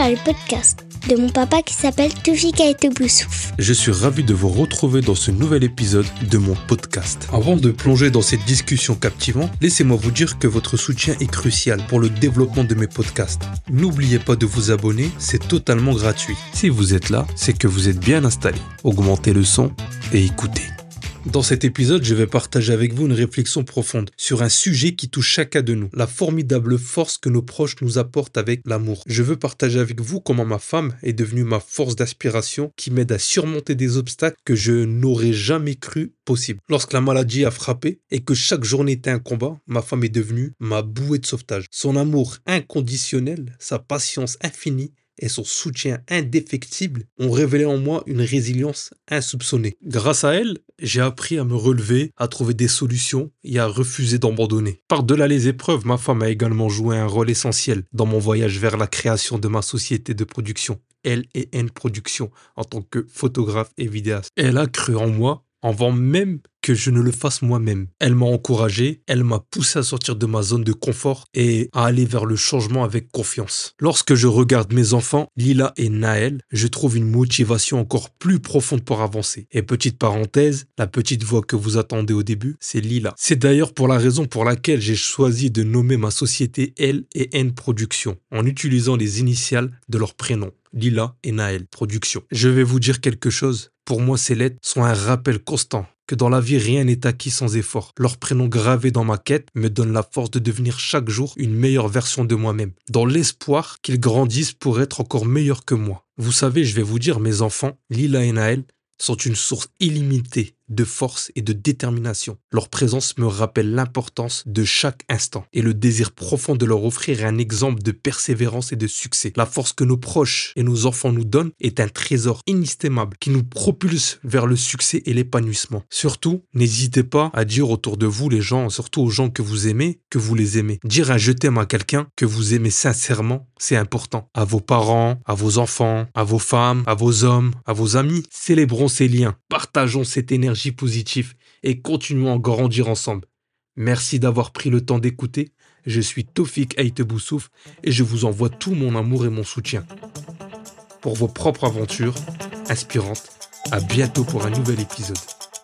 dans le podcast de mon papa qui s'appelle Toufik Aïteboussouf. Je suis ravi de vous retrouver dans ce nouvel épisode de mon podcast. Avant de plonger dans cette discussion captivante, laissez-moi vous dire que votre soutien est crucial pour le développement de mes podcasts. N'oubliez pas de vous abonner, c'est totalement gratuit. Si vous êtes là, c'est que vous êtes bien installé. Augmentez le son et écoutez. Dans cet épisode, je vais partager avec vous une réflexion profonde sur un sujet qui touche chacun de nous, la formidable force que nos proches nous apportent avec l'amour. Je veux partager avec vous comment ma femme est devenue ma force d'inspiration qui m'aide à surmonter des obstacles que je n'aurais jamais cru possible. Lorsque la maladie a frappé et que chaque journée était un combat, ma femme est devenue ma bouée de sauvetage. Son amour inconditionnel, sa patience infinie et son soutien indéfectible ont révélé en moi une résilience insoupçonnée. Grâce à elle, j'ai appris à me relever, à trouver des solutions et à refuser d'abandonner. Par-delà les épreuves, ma femme a également joué un rôle essentiel dans mon voyage vers la création de ma société de production, L&N Productions, en tant que photographe et vidéaste. Elle a cru en moi avant même que je ne le fasse moi-même. Elle m'a encouragé, elle m'a poussé à sortir de ma zone de confort et à aller vers le changement avec confiance. Lorsque je regarde mes enfants, Lila et Naël, je trouve une motivation encore plus profonde pour avancer. Et petite parenthèse, la petite voix que vous attendez au début, c'est Lila. C'est d'ailleurs pour la raison pour laquelle j'ai choisi de nommer ma société L&N Productions, en utilisant les initiales de leurs prénoms. Lila et Naël Productions. Je vais vous dire quelque chose. Pour moi, ces lettres sont un rappel constant que dans la vie, rien n'est acquis sans effort. Leurs prénoms gravés dans ma quête me donnent la force de devenir chaque jour une meilleure version de moi-même, dans l'espoir qu'ils grandissent pour être encore meilleurs que moi. Vous savez, je vais vous dire, mes enfants, Lila et Naël sont une source illimitée de force et de détermination. Leur présence me rappelle l'importance de chaque instant et le désir profond de leur offrir un exemple de persévérance et de succès. La force que nos proches et nos enfants nous donnent est un trésor inestimable qui nous propulse vers le succès et l'épanouissement. Surtout, n'hésitez pas à dire autour de vous, les gens, surtout aux gens que vous aimez, que vous les aimez. Dire un je t'aime à quelqu'un que vous aimez sincèrement, c'est important. À vos parents, à vos enfants, à vos femmes, à vos hommes, à vos amis. Célébrons ces liens, partageons cette énergie positive et continuons à grandir ensemble. Merci d'avoir pris le temps d'écouter. Je suis Toufik Aïteboussouf et je vous envoie tout mon amour et mon soutien. Pour vos propres aventures inspirantes, à bientôt pour un nouvel épisode.